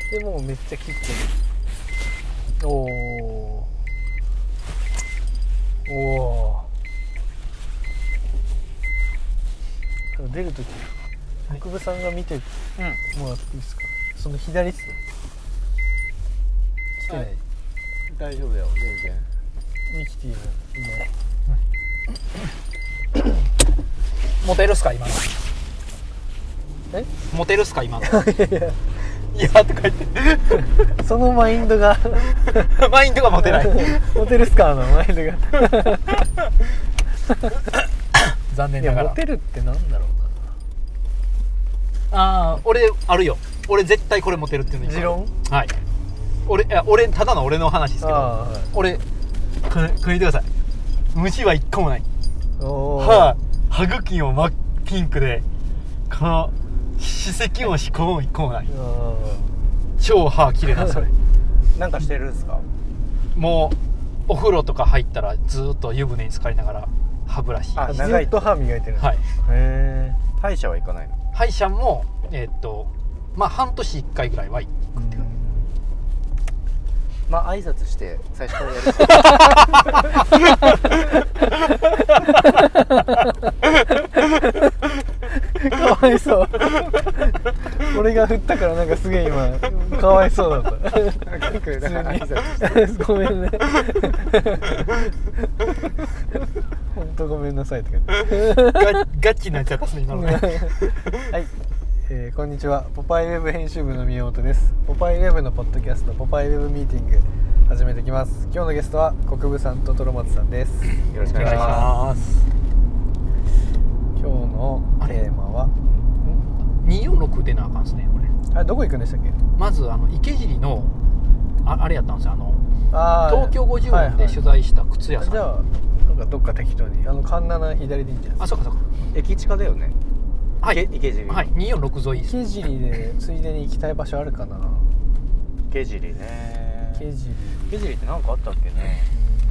でもうめっちゃ切ってる。おお出るとき北部さんが見てもらっていいですか、その左っすね。来てない、はい、 大丈夫だよ全然。 ミキティもいない、 モテるっすか今の。モテるっすか今の。いやとか言ってそのマインドがマインドがモテないモテるっすかのマインドが残念ながら。 モテるってなんだろうな。 ああ、俺あるよ。俺絶対これモテるっていうのに。 持論。 はい。俺ただの俺の話ですけど、はい、俺これ見てください。虫は一個もない。歯茎も真っピンクで、この歯石も歯垢も一個もない。超歯綺麗なそれ。 なんかしてるんですか？ もうお風呂とか入ったらずっと湯船に浸かりながら歯ブラシ。 ずっと歯磨いてる。 はい。 へー。歯医者は行かないの？ 歯医者もまあ半年1回ぐらいは行くって感じ。 まあ挨拶して最初からやる。かわいそう。俺が振ったからなんかすげえ今かわいそうだった。ごめんね。本当ごめんなさいって感じ。 ガチになっちゃったですね今のね。 はい。こんにちは。ポパイウェブ編集部の宮本です。ポパイウェブのポッドキャストポパイウェブミーティング始めていきます。今日のゲストは国分さんとトロマツさんです。 よろしくお願いします。 今日のテーマは 246出なあかんですねこれ。 どこ行くんでしたっけ？まず池尻のあれやったんですよ。東京50音で取材した靴屋さん。 じゃあなんかどっか適当に環七左でいいんじゃないですか？ あ、そうかそうか。 駅近だよね。 はい。 池尻。 はい。246沿い。 池尻でついでに行きたい場所あるかな？ 池尻ね。 池尻って何かあったっけね。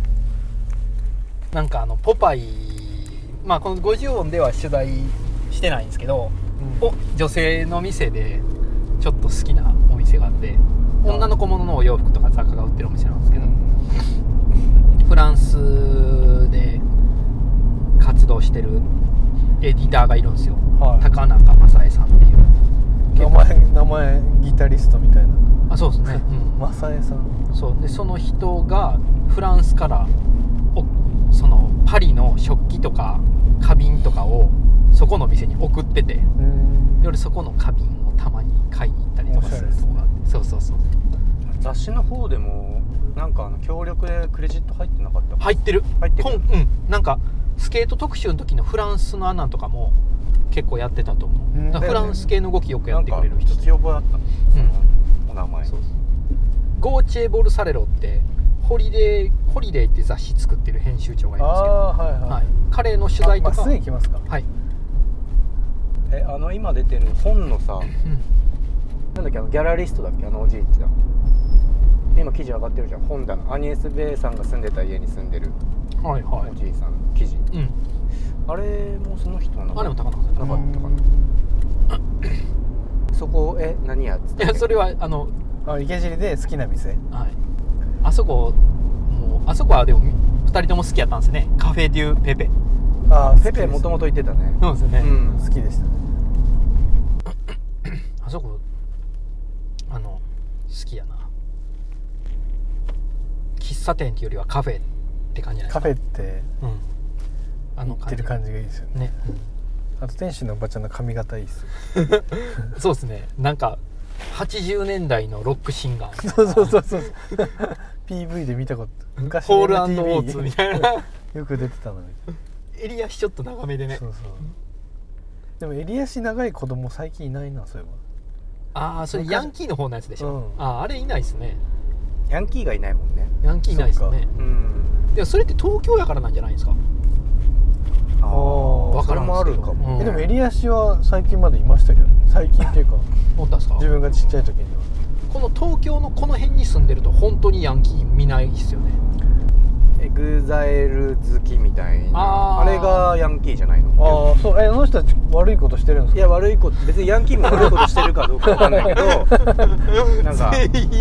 なんかポパイ、まあこの50音では取材してないんですけど、女性の店でちょっと好きなお店があって、女の子物のお洋服とか雑貨が売ってるお店なんですけど、フランスで活動してるエディターがいるんですよ、はい、高中正恵さんっていう。 名前ギタリストみたいな。 あ、そうですね、 正恵さん。 そうで、その人がフランスからそのパリの食器とか花瓶とかをそこの店に送ってて、夜そこの花瓶をたまに買いに行ったりとかするとこがあって。そうそうそう。 雑誌の方でもなんか協力でクレジット入ってなかった？ 入ってる。なんかスケート特集の時のフランスのアナとかも結構やってたと思う。フランス系の動きよくやってくれる人。 必要覚えあったの？お名前。 そうゴーチェ・ボルサレロってホリデーって雑誌作ってる編集長がいるんですけど、はい、彼の取材とか。 すぐ行きますか？ はい。 今出てる本のさ、なんだっけ、ギャラリストだっけ、おじいちゃん。今記事上がってるじゃん、本棚。アニエス・ベイさんが住んでた家に住んでるおじいさん記事、あれもその人の名前。 あれも高中さんなかったかな。そこ何やっつって。 いや、それは池尻で好きな店。 はい。あそこはでも2人とも好きやったんですね。カフェデュペペ。 ペペもともと行ってたね。 そうですね。 好きでしたね。 あそこ好きやな。喫茶店っていうよりはカフェって感じじゃないですか。 カフェって言ってる感じがいいですよね。あと店主のおばちゃんの髪型いいっすよ。 そうですね。なんか80年代のロックシンガー。 そう。PV で見たこと。昔ホール&オーツみたいな。 よく出てたのに。 襟足ちょっと長めでね。 そうでも襟足長い子供最近いないな、そういえば。それヤンキーの方のやつでしょ。あれいないですね。 ヤンキーがいないもんね。 ヤンキーいないですね。でもそれって東京やからなんじゃないですか。 分からんもあるかも。 でも襟足は最近までいましたけどね。最近っていうか思ったんですか？ 自分がちっちゃい時には。 この東京のこの辺に住んでると本当にヤンキー見ないですよね。 グザエル好きみたいな、 あれがヤンキーじゃないの？ ああ、そう。あの人たち悪いことしてるんですか？ いや、悪いこと別にヤンキーも悪いことしてるかどうかわかんないけどなんか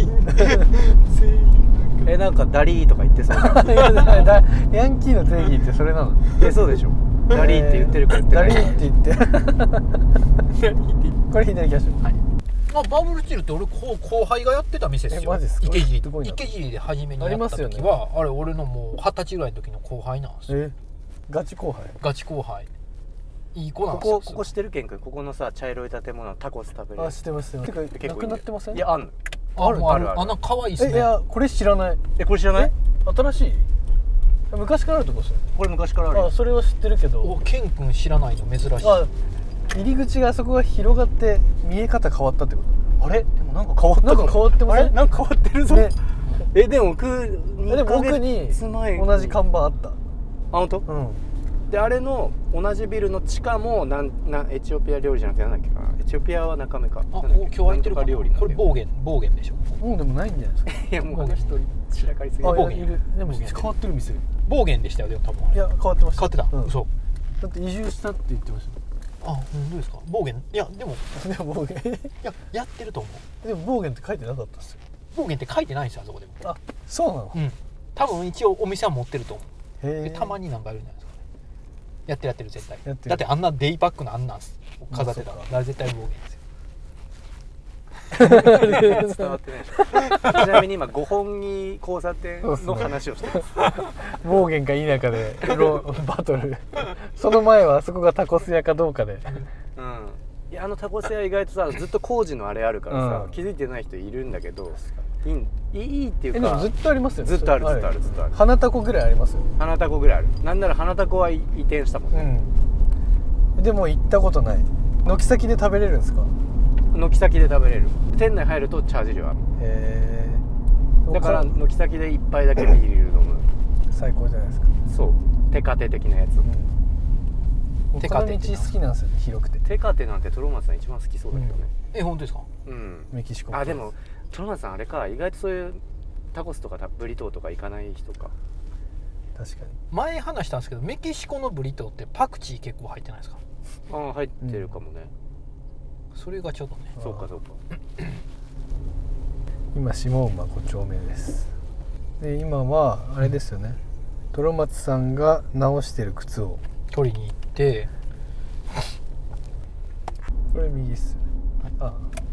全員なんかダリーとか言ってそうじゃんヤンキーの定義ってそれなの？ そうでしょ。ダリーって言ってるか言ってないか。 ダリーって言ってこれ左キャッシュ。 はい。バブルチルって俺後輩がやってた店ですよ。 マジですか？ 池尻すごいな。 池尻で初めにやった時ありますよはあれ俺のもう20歳ぐらいの時の後輩なんですよ。 ガチ後輩？ ガチ後輩。いい子なんですよ。 ここ知ってる？ケン君、ここのさ茶色い建物タコス食べれる。 あ、知ってます。なくなってません？ いや、ある。 あんな可愛いっすね。 いや、これ知らない。 これ知らない？ 新しい？昔からあるとこですよ。 これ昔からある。 あ、それは知ってるけど。 ケン君知らないの珍しい。 入り口があそこが広がって見え方変わったってこと？ あれ？でもなんか変わったかも。 なんか変わってません？ なんか変わってるぞ。 ね、 でも奥に同じ看板あった。 あ、本当？ うん。 で、あれの同じビルの地下もエチオピア料理じゃなくてなんだっけかな。エチオピアは中目か。 今日は言ってるかな。 料理なんだよ。 これ暴言でしょ。 もうでもないんじゃないですか。 いや、もう一人散らかりすぎる。 いる。でも変わってる店。 暴言でしたよ。でも多分。 いや、変わってました。 変わってた。嘘。 だって移住したって言ってました。 あ、どうですか。暴言。いやでも暴言。いややってると思う。 でも暴言って書いてなかったっすよ。 暴言って書いてないんですよ、あそこでも。 あ、そうなの？ うん。多分一応お店は持ってると思う。 へえ。 たまになんかやるんじゃないですかね。やってる絶対。 やってる。 だってあんなデイパックのあんなん飾ってたら絶対暴言ですよ。 伝わってないでしょ。ちなみに今5本木交差点の話をしてます。 暴言か否かでバトル。その前はあそこがタコス屋かどうかで。 うん。いや、タコス屋意外とさ、ずっと工事のあれあるからさ、気づいてない人いるんだけど、いいっていうか。 でもずっとありますよね。 ずっとある。 花タコぐらいありますよ。 花タコぐらいある。なんなら花タコは移転したもんね。 でも行ったことない。軒先で食べれるんですか？ 軒先で食べれる。店内入るとチャージ料ある。だから軒先で一杯だけビール飲む。 最高じゃないですか。 そう、テカテ的なやつ。 テカテ好きなんですよね、広くて。 テカテなんてトロマツさん一番好きそうだけどね。 本当ですか？ うん。 メキシコ。 あ、でもトロマツさんあれか、意外とそういうタコスとかブリトーとか行かない人か。 確かに。 前話したんですけど、メキシコのブリトーってパクチー結構入ってないですか？ あ、入ってるかもね。 それがちょっとね。 そうか。 今下馬5丁目です。で今はあれですよね。トロマツさんが直してる靴を取りに行って、 これ右っすよね。あ、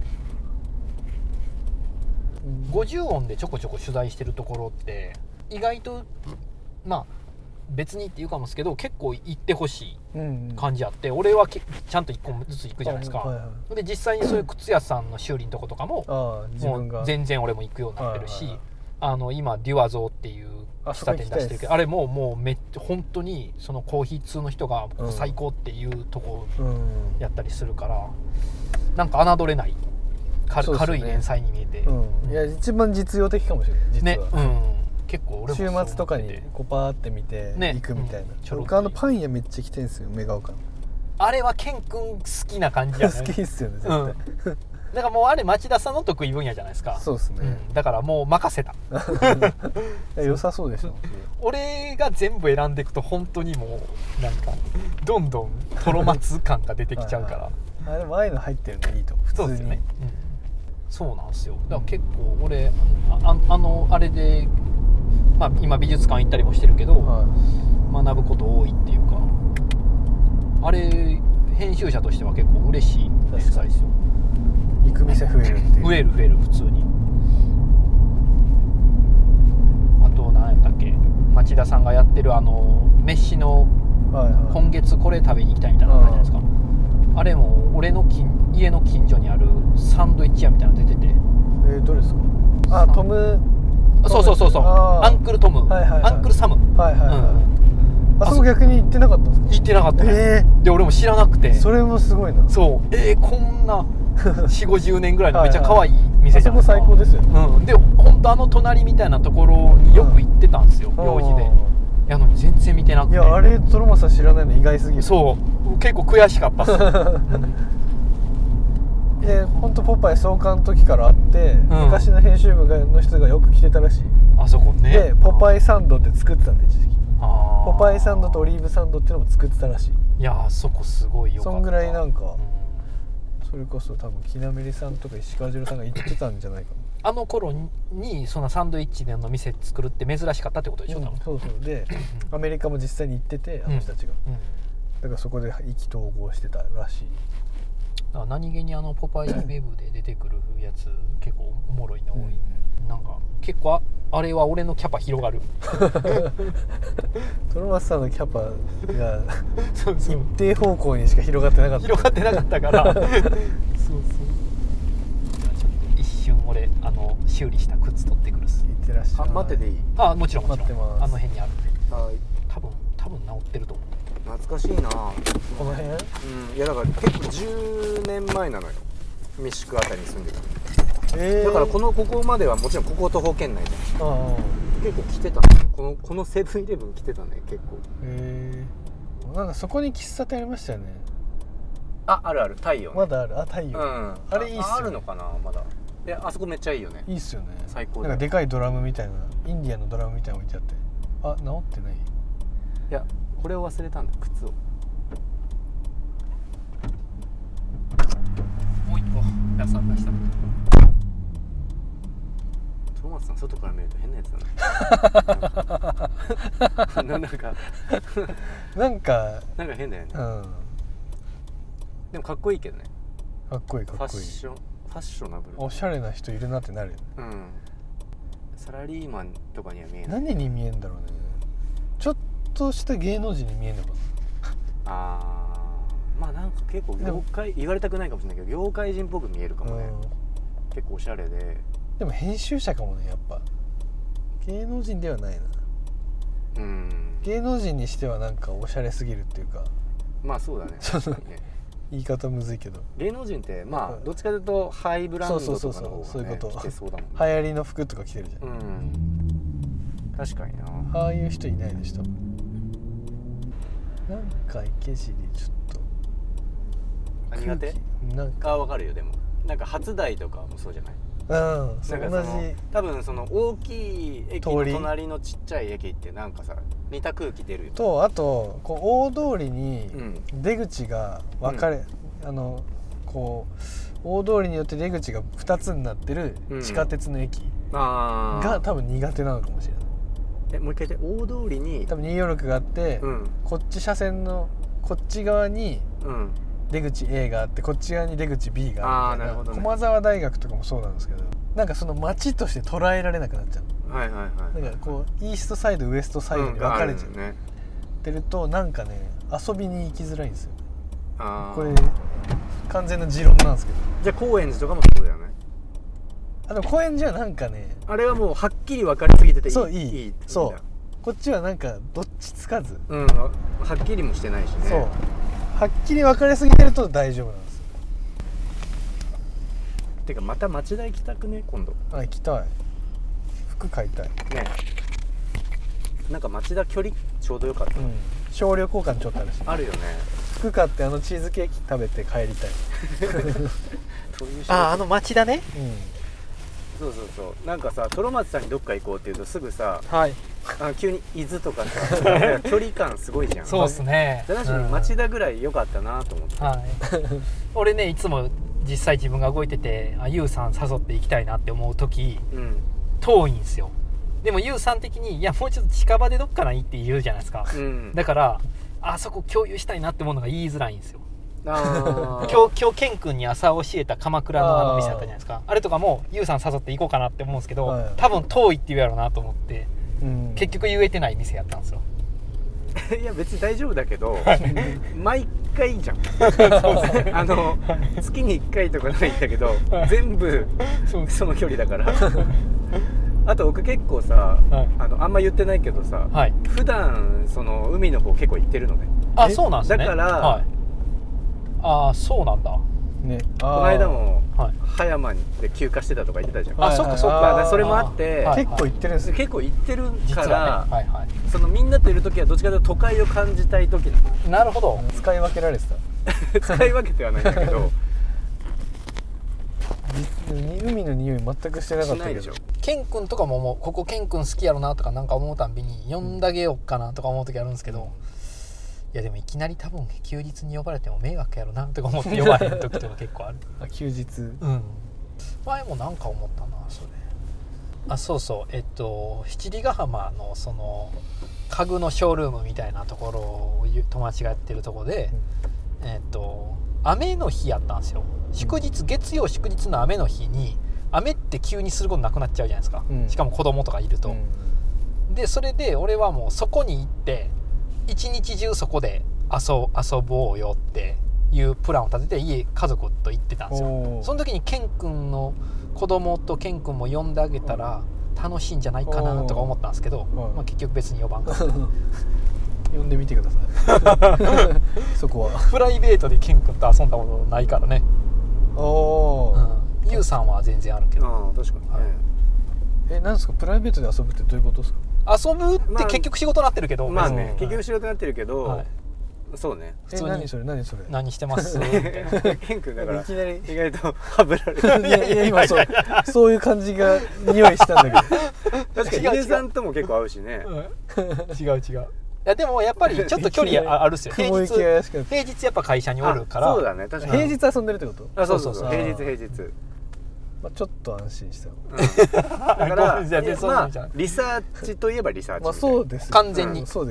50音でちょこちょこ取材してるところって意外と別にっていうかもですけど結構行ってほしい感じあって、俺はちゃんと1個ずつ行くじゃないですか。で実際にそういう靴屋さんの修理のとことかももう全然俺も行くようになってるし、今デュアゾーっていう喫茶店出してるけど、あれももう本当にそのコーヒー通の人が最高っていうとこやったりするから、なんか侮れない軽い連載に見えて、 いや一番実用的かもしれない実はね。結構俺も週末とかにパーって見て行くみたいな。僕パン屋めっちゃ来てんすよ、メガオカの。 あれはケン君好きな感じやね。 好きっすよね絶対。 だからもうあれ町田さんの得意分野じゃないですか。 そうですね。 だからもう任せた。 良さそうでしょ。 俺が全部選んでいくと本当にもうなんかどんどんトロマツ感が出てきちゃうから。 あれもああいうの入ってるのいいと思う。 そうですね。そうなんですよ。だから結構俺あれで。今美術館行ったりもしてるけど、学ぶこと多いっていうか、あれ編集者としては結構嬉しい連載ですよ。 行く店増えるっていう。 増える普通に。あと何やったっけ、町田さんがやってる飯の今月これ食べに行きたいみたいなのあるじゃないですか。あれも俺の家の近所にあるサンドイッチ屋みたいなの出てて。 どれですか？あ、トム。 そうアンクルトム、アンクルサム。あそこ逆に行ってなかったんですか？ 行ってなかったね。で俺も知らなくて。 それもすごいな。 そう、こんな40-50年ぐらいのめっちゃ可愛い店じゃないですか。 あそこ最高ですよね。 で本当隣みたいなところによく行ってたんですよ、用事で。やのに全然見てなくて。 いやあれトロマさん知らないの意外すぎる。 そう結構悔しかったっす。 で本当ポパイ創刊の時からあって、昔の編集部の人がよく来てたらしい。 あそこね。 でポパイサンドって作ってたんで一時期。 あポパイサンドとオリーブサンドっていうのも作ってたらしい。 いやあそこすごいよかった。 そんぐらいなんか、 うんそれこそ多分木なめりさんとか石川次郎さんが行ってたんじゃないかな。 あの頃にそのサンドイッチの店作るって珍しかったってことでしょ、多分。 そうそうでアメリカも実際に行っててあの人たちが、 うんだからそこで意気投合してたらしい。 だから何気にポパイウェブで出てくるやつ結構おもろいの多い、なんか結構あれは俺のキャパ広がるトロマスさんのキャパがそうそう一定方向にしか広がってなかった。 広がってなかったからそうそう。じゃあちょっと一瞬俺修理した靴取ってくるっす。 行ってらっしゃい。 待ってていい？ あもちろんもちろん待ってます。 あの辺にあるんではい多分治ってると思う。 懐かしいな。 この辺いやだから結構10年前なのよ、三宿あたりに住んでた。だからここまではもちろんここ徒歩圏内じゃん。結構来てたね。このセブンイレブン来てたね結構。 なんかそこに喫茶店ありましたよね。 ある太陽、ね、 まだある。太陽、 あれいいっすよね。あるのかなまだ。であそこめっちゃいいよね。 いいっすよね。 最高だ。 なんかでかいドラムみたいなインディアンのドラムみたいなの置いてあって、治ってない。 いやこれを忘れたんだ、靴を。 もう一個出したトロマツさん外から見ると変なやつだねなんか変だよね。でもかっこいいけどね。 かっこいいファッショナブル。 おしゃれな人いるなってなるよね。 サラリーマンとかには見えない。 何に見えんだろうね。ちょっとした芸能人に見えんのかな。 まあなんか結構業界言われたくないかもしれないけど業界人っぽく見えるかもね。結構おしゃれで。 でも編集者かもねやっぱ。芸能人ではないな。芸能人にしてはなんかおしゃれすぎるっていうか。 まあそうだね。 言い方むずいけど。 芸能人ってまあどっちかというとハイブランドとかの方がね着てそうだもんね。 流行りの服とか着てるじゃん。 確かにな。 ああいう人いないでしょ。なんか池尻ちょっと苦手？ なんか分かるよ。でもなんか初台とかもそうじゃない？ 同じ多分その大きい駅の隣のちっちゃい駅ってなんかさ似た空気出るよ。 とあとこう大通りに出口が分かれ、こう大通りによって出口が2つになってる地下鉄の駅が多分苦手なのかもしれない。 もう一回言って。大通りに多分246があって、こっち車線のこっち側に出口 A があってこっち側に出口 B があるみたいな。駒澤大学とかもそうなんですけど、なんかその街として捉えられなくなっちゃう。なんかこうイーストサイドウエストサイドに分かれちゃってるとなんかね遊びに行きづらいんですよ。これ完全な持論なんですけど。 じゃあ高円寺とかもそうだよね。 でも高円寺はなんかねあれはもうはっきり分かりすぎてていい。 そうこっちはなんかどっちつかず、 はっきりもしてないしね。 そうはっきり分かりすぎてると大丈夫なんですよ。 てかまた町田行きたくね今度。 行きたい。服買いたいね。 なんか町田距離ちょうどよかった。 少量交換ちょっとあるし。 あるよね。 服買ってチーズケーキ食べて帰りたい町田ね。 そうなんかさトロマツさんにどっか行こうって言うとすぐさ、急に伊豆とかさ距離感すごいじゃん。 そうっすね。 町田ぐらい良かったなと思って。 俺ねいつも実際自分が動いててゆうさん誘って行きたいなって思う時、遠いんですよ。でもゆうさん的にいやもうちょっと近場でどっかないって言うじゃないですか。だからあそこ共有したいなってものが言いづらいんですよ。今日ケン君に朝教えた鎌倉の店だったじゃないですか。あれとかもゆうさん誘って行こうかなって思うんですけど、多分遠いって言うやろうなと思って、結局言えてない店やったんですよ。 いや別に大丈夫だけど毎回じゃん月に1回とかないんだけど全部その距離だからあと僕結構さ、あんま言ってないけどさ、普段その海の方結構行ってるのね。 そうなんですね。 だから、 そうなんだね。 この間も葉山で休暇してたとか言ってたじゃん。 そっかそっか。 それもあって結構行ってるんですよ。 結構行ってるからそのみんなといる時はどっちかというと都会を感じたい時なるほど。 使い分けられてた使い分けてはないんだけど海の匂い全くしてなかったけど。 ケン君とかももうここケン君好きやろなとかなんか思うたんびに呼んだげようかなとか思う時あるんですけど、いやでもいきなり多分休日に呼ばれても迷惑やろなとか思って呼ばれへん時とか結構ある。 あ、休日。 前もなんか思ったなそれ。そうそう七里ヶ浜のその家具のショールームみたいなところを友達がやってるところで、雨の日やったんですよ。祝日、月曜祝日の雨の日に雨って急にすることなくなっちゃうじゃないですか、しかも子供とかいると、でそれで俺はもうそこに行って一日中そこで遊ぼうよっていうプランを立てて家族と行ってたんですよ。その時にケン君の子供とケン君も呼んであげたら楽しいんじゃないかなとか思ったんですけど、結局別に呼ばんかった呼んでみてくださいそこはプライベートでケン君と遊んだことないからね。ユウさんは全然あるけど。 確かにね。 なんですかプライベートで遊ぶってどういうことですか？ 遊ぶって結局仕事になってるけど、 まあね、結局仕事になってるけど、そうね。 普通に何それ何してますケン君だからいきなり意外とハブられる。 いや今そういう感じが匂いしたんだけど確かにヒデさんとも結構合うしね。 違ういやでもやっぱりちょっと距離あるっすよ。平日やっぱ会社におるから。 そうだね、確かに平日遊んでるってこと？ そう平日ちょっと安心しただからリサーチといえばリサーチ。 そうです。 完全にそう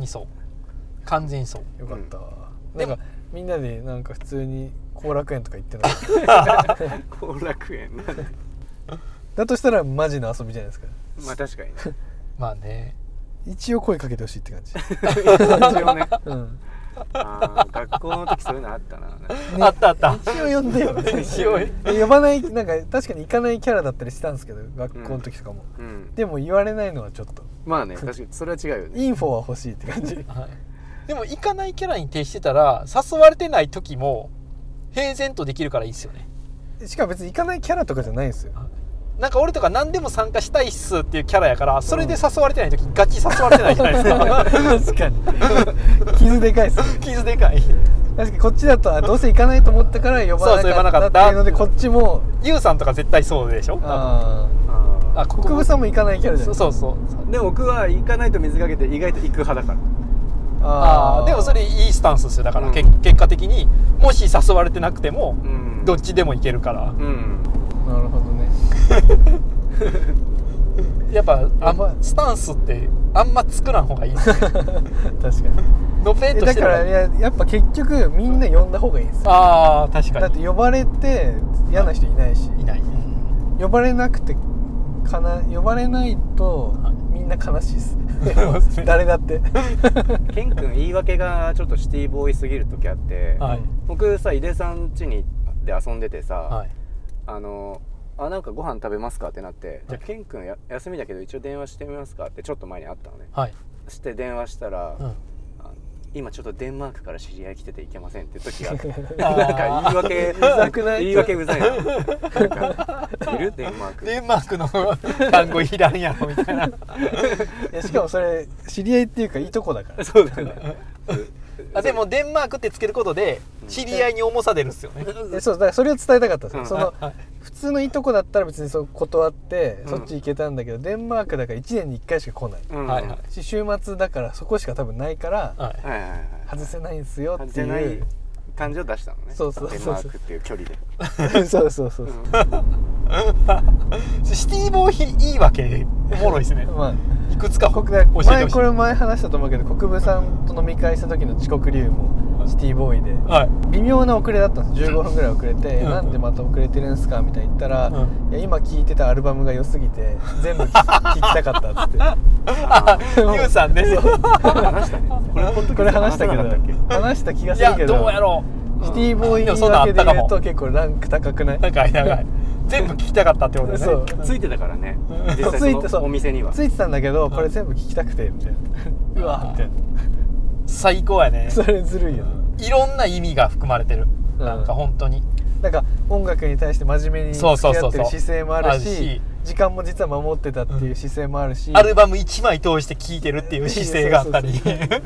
よかったわ。なんかみんなでなんか普通に後楽園とか行ってない後楽園だとしたらマジの遊びじゃないですか。 まあ確かにまあね、 一応声かけてほしいって感じ。 一応ね。学校の時そういうのあったな。 あった一応呼んでよ。呼ばないなんか確かに行かないキャラだったりしたんですけど学校の時とかも。でも言われないのはちょっと。 まあね、確かにそれは違うよね。 インフォは欲しいって感じ。 でも行かないキャラに徹してたら誘われてない時も平然とできるからいいっすよね。 しかも別に行かないキャラとかじゃないんですよ。 なんか俺とか何でも参加したいっすっていうキャラやからそれで誘われてない時ガチ誘われてないじゃないですか。 確かに傷でかいっすね。 傷でかい。 確かにこっちだとどうせ行かないと思ったから呼ばなかったっていうのでこっちもユウさんとか絶対そうでしょ。 国分さんも行かないキャラじゃないですか。 そうでも僕は行かないと水かけて意外と行く派だから。 でもそれいいスタンスですよ。だから結果的にもし誘われてなくてもどっちでも行けるから。 なるほどね。 やっぱスタンスってあんま作らん方がいいですね。確かにのぺんとしてる。だからやっぱ結局みんな呼んだ方がいいですよ。 確かに。 だって呼ばれて嫌な人いないし。 いない。 呼ばれなくて呼ばれないとみんな悲しいです。誰だって。 ケン君言い訳がちょっとシティボーイすぎる時あって、僕さ井出さん家で遊んでてさ、なんかご飯食べますかってなって、じゃあケン君休みだけど一応電話してみますかってちょっと前にあったのね。して電話したら、今ちょっとデンマークから知り合い来てて行けませんって時があってなんか言い訳うざいな。なんかいるデンマークの単語いらんやろみたいな。 しかもそれ知り合いっていうかいいとこだから。 そうだよね。 でもデンマークってつけることで知り合いに重さ出るっすよね。 そうだからそれを伝えたかったんですよ。その普通のいいとこだったら別にそう断ってそっち行けたんだけど、デンマークだから1年に1回しか来ないし、週末だからそこしか多分ないから外せないんですよっていう感じを出したのね。デンマークっていう距離で。 そうシティボーイいいわけおもろいですね。いくつか教えてほしい。 これ前話したと思うけど国分さんと飲み会した時の遅刻理由もシティボーイで、微妙な遅れだったんです。15分ぐらい遅れて、なんでまた遅れてるんすかみたいに言ったら、いや今聴いてたアルバムが良すぎて全部聴きたかったっつって。 ユウさんね。 これ話したけど話した気がするけど。 どうやろう。シティボーイだけで言うと結構ランク高くない？ 高い。全部聞きたかったってことですね。 ついてたからね。実際そのお店にはついてたんだけど、これ全部聞きたくてみたいな。うわみたいな。 最高やね。 それずるいよね。 いろんな意味が含まれてる。なんか本当に。 なんか音楽に対して真面目に付き合ってる姿勢もあるし、時間も実は守ってたっていう姿勢もあるし、 アルバム1枚通して聴いてるっていう姿勢があったり。 確かに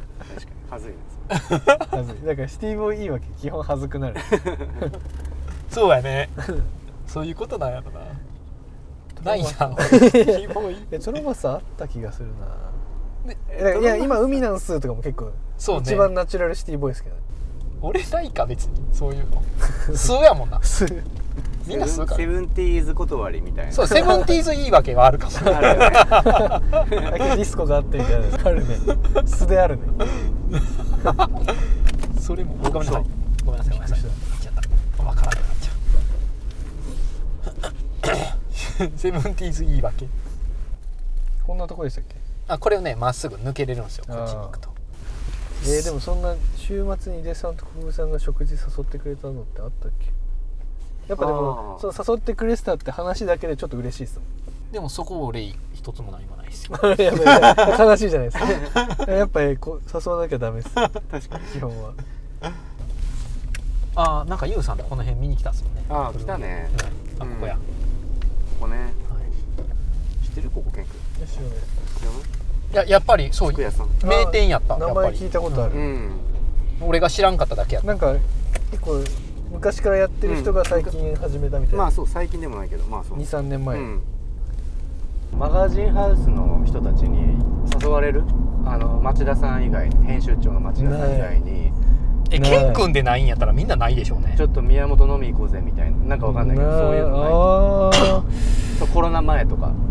恥ずいです。 だからシティボーイいいわけ基本恥ずくなる。 そそうやねそういうことなんやろな。ないやんトロマスあった気がするな。いや今海なんすとかも結構そう、ね、一番ナチュラルシティボーイですけど、 俺ないか別にそういうの数やもんなみんな数かセブンティーズ断りみたいな。 そうセブンティーズいいわけはあるかもしれないディスコがあってみたいなあるね素であるねそれもごめんなさいごめんなさい言っちゃった分からなくなっちゃうセブンティーズいいわけこんなとこでしたっけ。 これをねまっすぐ抜けれるんですよこっちに行くと。 でもそんな週末に井出さんと国分さんが食事誘ってくれたのってあったっけ。やっぱでもその誘ってくれてたって話だけでちょっと嬉しいですもん。 でもそこ俺一つも何もないですよ悲しいじゃないですかやっぱり誘わなきゃダメです確かに基本は。なんかユウさんとこの辺見に来たっすもんね。 来たね、 ここや、 ここね、知ってるここケン君。 やっぱりそう名店やった。 名前聞いたことある、 俺が知らんかっただけやった。 なんか結構昔からやってる人が最近始めたみたいな、 まあそう最近でもないけど、まあそう 2,3 年前、 マガジンハウスの人たちに誘われる、町田さん以外、編集長の町田さん以外に、 ケン君でないんやったらみんなないでしょうね。 ちょっと宮本飲み行こうぜみたいな、なんかわかんないけど、そういうのないそうコロナ前とか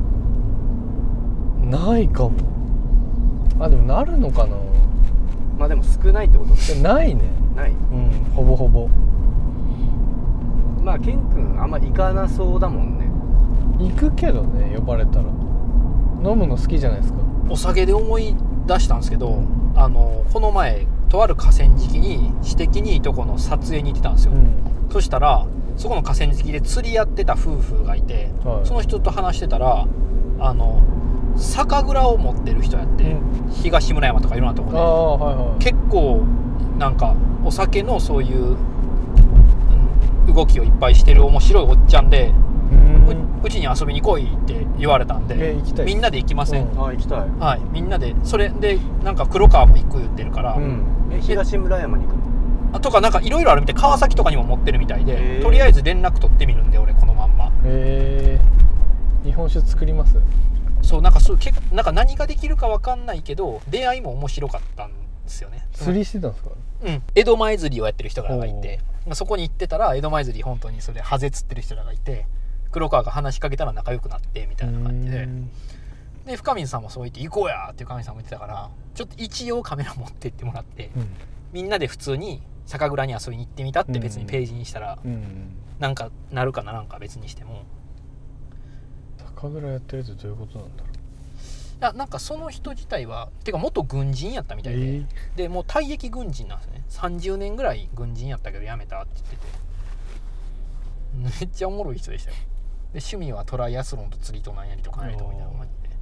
ないかも。でもなるのかな。 まあでも少ないってことね。 ないね。 ない。 ほぼほぼ。 まあケン君あんま行かなそうだもんね。 行くけどね、呼ばれたら。飲むの好きじゃないですか。 お酒で思い出したんですけど、この前とある河川敷に私的にいいとこの撮影に行ってたんですよ、そしたらそこの河川敷で釣りやってた夫婦がいて、その人と話してたら酒蔵を持ってる人やって、東村山とかいろんなところで、結構なんかお酒のそういう動きをいっぱいしてる面白いおっちゃんで、うちに遊びに来いって言われたんで、みんなで行きません。 行きたい。 はい、みんなでそれでなんか黒川も行く言ってるから、 東村山に行くのとかなんかいろいろあるみたい。川崎とかにも持ってるみたいで、とりあえず連絡取ってみるんで俺このまんま。 日本酒作ります。 そうなんかなんか何ができるか分かんないけど出会いも面白かったんですよね。 釣りしてたんですか。 江戸前釣りをやってる人がいて、そこに行ってたら江戸前釣り本当にそれハゼ釣ってる人らがいて、黒川が話しかけたら仲良くなってみたいな感じで、深水さんもそう言って行こうやっていう深水さんも言ってたから、ちょっと一応カメラ持って行ってもらって、みんなで普通に酒蔵に遊びに行ってみたって別にページにしたら、なんかなるかならんか別にしても。 酒蔵やってるってどういうことなんだろう。 いやなんかその人自体はてか元軍人やったみたいで、でもう退役軍人なんですね。30年ぐらい軍人やったけど辞めたって言ってて、めっちゃおもろい人でしたよ。で趣味はトライアスロンと釣りとなんやりとかないとみたいな感じで。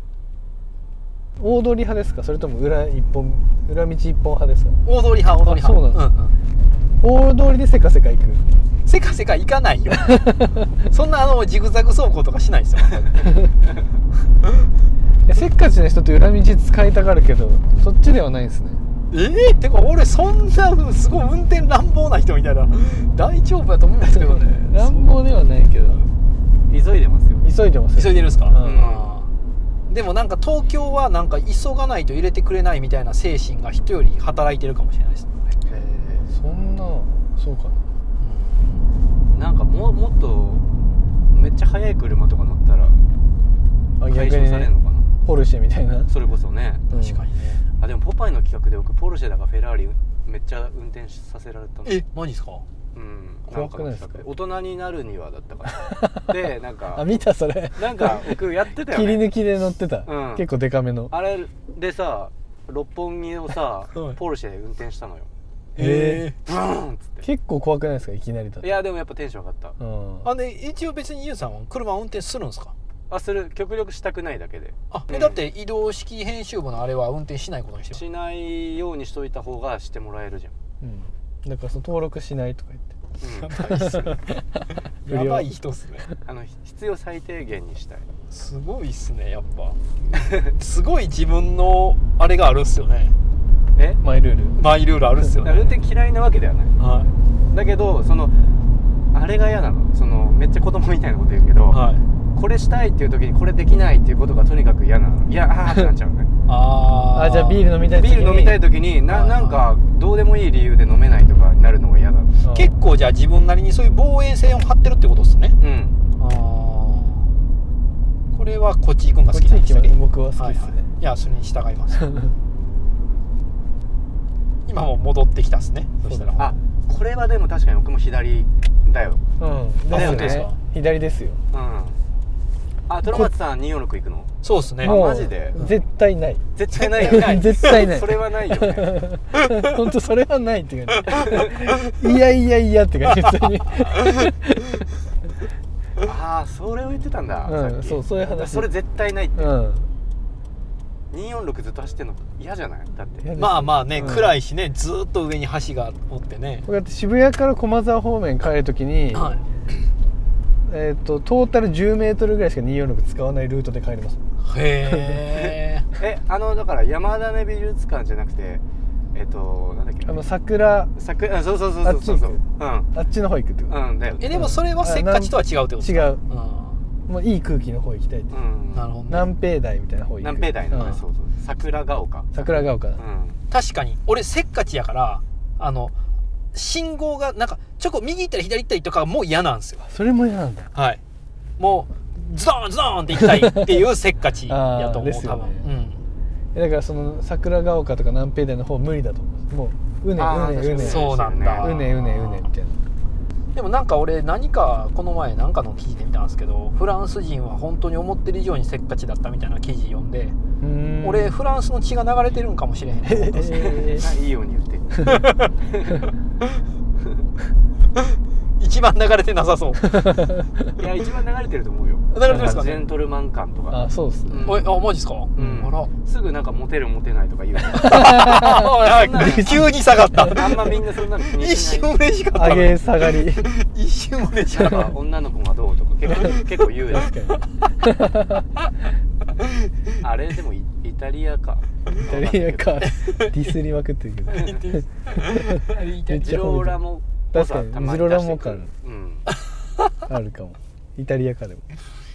大通り派ですか、それとも裏道一本派ですか。 大通り派。 そうなんです、大通りでせかせか行く。 せかせか行かないよそんなジグザグ走行とかしないですよせっかちな人って裏道使いたがるけどそっちではないんですね。 てか俺そんなすごい運転乱暴な人みたいな大丈夫だと思うんですけどね乱暴ではないけど急いでますよ。 急いでるんですか、でもなんか東京はなんか急がないと入れてくれないみたいな精神が人より働いてるかもしれないですね。 そんなそうかな。 なんかもっとめっちゃ速い車とか乗ったら解消されるのかな、 ポルシェみたいな。 それこそね、 確かにね。 でもポパイの企画で僕ポルシェだかフェラーリめっちゃ運転させられたの。 マジですか。 怖くないですか。 大人になるにはだったからでなんか見たそれ。 なんか僕やってたよね。 切り抜きで乗ってた、結構デカめのあれでさ、六本木をさポルシェで運転したのよ。ブーンっつって結構怖くないですか、いきなりだと。 いやでもやっぱテンション上がった。 で一応別にユウさんは車運転するんですか。 する。極力したくないだけで。 だって移動式編集部のあれは運転しないことにしてしないようにしといた方がしてもらえるじゃん。 だからその登録しないとか言ってやばい人っすね。 必要最低限にしたい。 すごいっすねやっぱすごい自分のあれがあるっすよね。 マイルールあるっすよね。 運転嫌いなわけではない、だけどそのあれが嫌なの。そのめっちゃ子供みたいなこと言うけど、はい、これしたいっていう時にこれできないっていうことがとにかく嫌なの。いやーってなっちゃうね。 あじゃあビール飲みたい時になんかどうでもいい理由で飲めないとかになるのが嫌なの。 結構じゃあ自分なりにそういう防衛線を張ってるってことですね。これはこっち行くんが好きなんですよね。 僕は好きですね。 いやそれに従います。今も戻ってきたっすね。そしたらあこれはでも確かに僕も左だよ。 だよね。左ですよ。 あ、トロマツさん246行くの？ そうですね。 マジで？ 絶対ない。 絶対ないよね。 絶対ない。 それはないよね。 本当それはないって感じ。いやって感じ普通に。 ああ、それを言ってたんだ。 そういう話。 それ絶対ないって。246ずっと走ってんの嫌じゃない？だってまあまあね、暗いしね、ずっと上に橋がおってね。 こうやって渋谷から駒沢方面帰るときに、トータル10メートルぐらいしか246使わないルートで帰ります。 へえ。だから山種美術館じゃなくてなんだっけ、 桜そうあっちの方行くってこと。 だよ。 でもそれはせっかちとは違うってことですか？ 違う。もういい空気の方行きたいって。 なるほどね。 南平台みたいな方行く。 南平台のそう桜ヶ丘だ。 確かに俺せっかちやから信号がなんかちょっと右行ったり左行ったりとかもう嫌なんですよ。 それも嫌なんだ。 はい。もうズドーンズドーンって行きたいっていうせっかちやと思う。多分。 だからその桜ヶ丘とか南平台の方無理だと思う。もううねそうなんだ。 うねみたいな。 でもなんか俺何かこの前なんかの記事で見たんですけど、フランス人は本当に思ってる以上にせっかちだったみたいな記事読んで、俺フランスの血が流れてるんかもしれへんと思ったんですね。 いいように言って。 一番流れてなさそう。 いや一番流れてると思うよ。 流れてるんですかね。 ジェントルマン感とか。 あ、そうっすね。 マジっすか？あら。 すぐなんかモテるモテないとか言う。 急に下がった。 あんまみんなそんなの気にしない。 一瞬嬉しかった。 上げ下がり。 一瞬嬉しかった。 女の子がどうとか結構言うやつ。あれでもイタリアか。 ディスりまくってるけど。 ジローラモ。 確かにジローラモ感あるかも。イタリアかでも。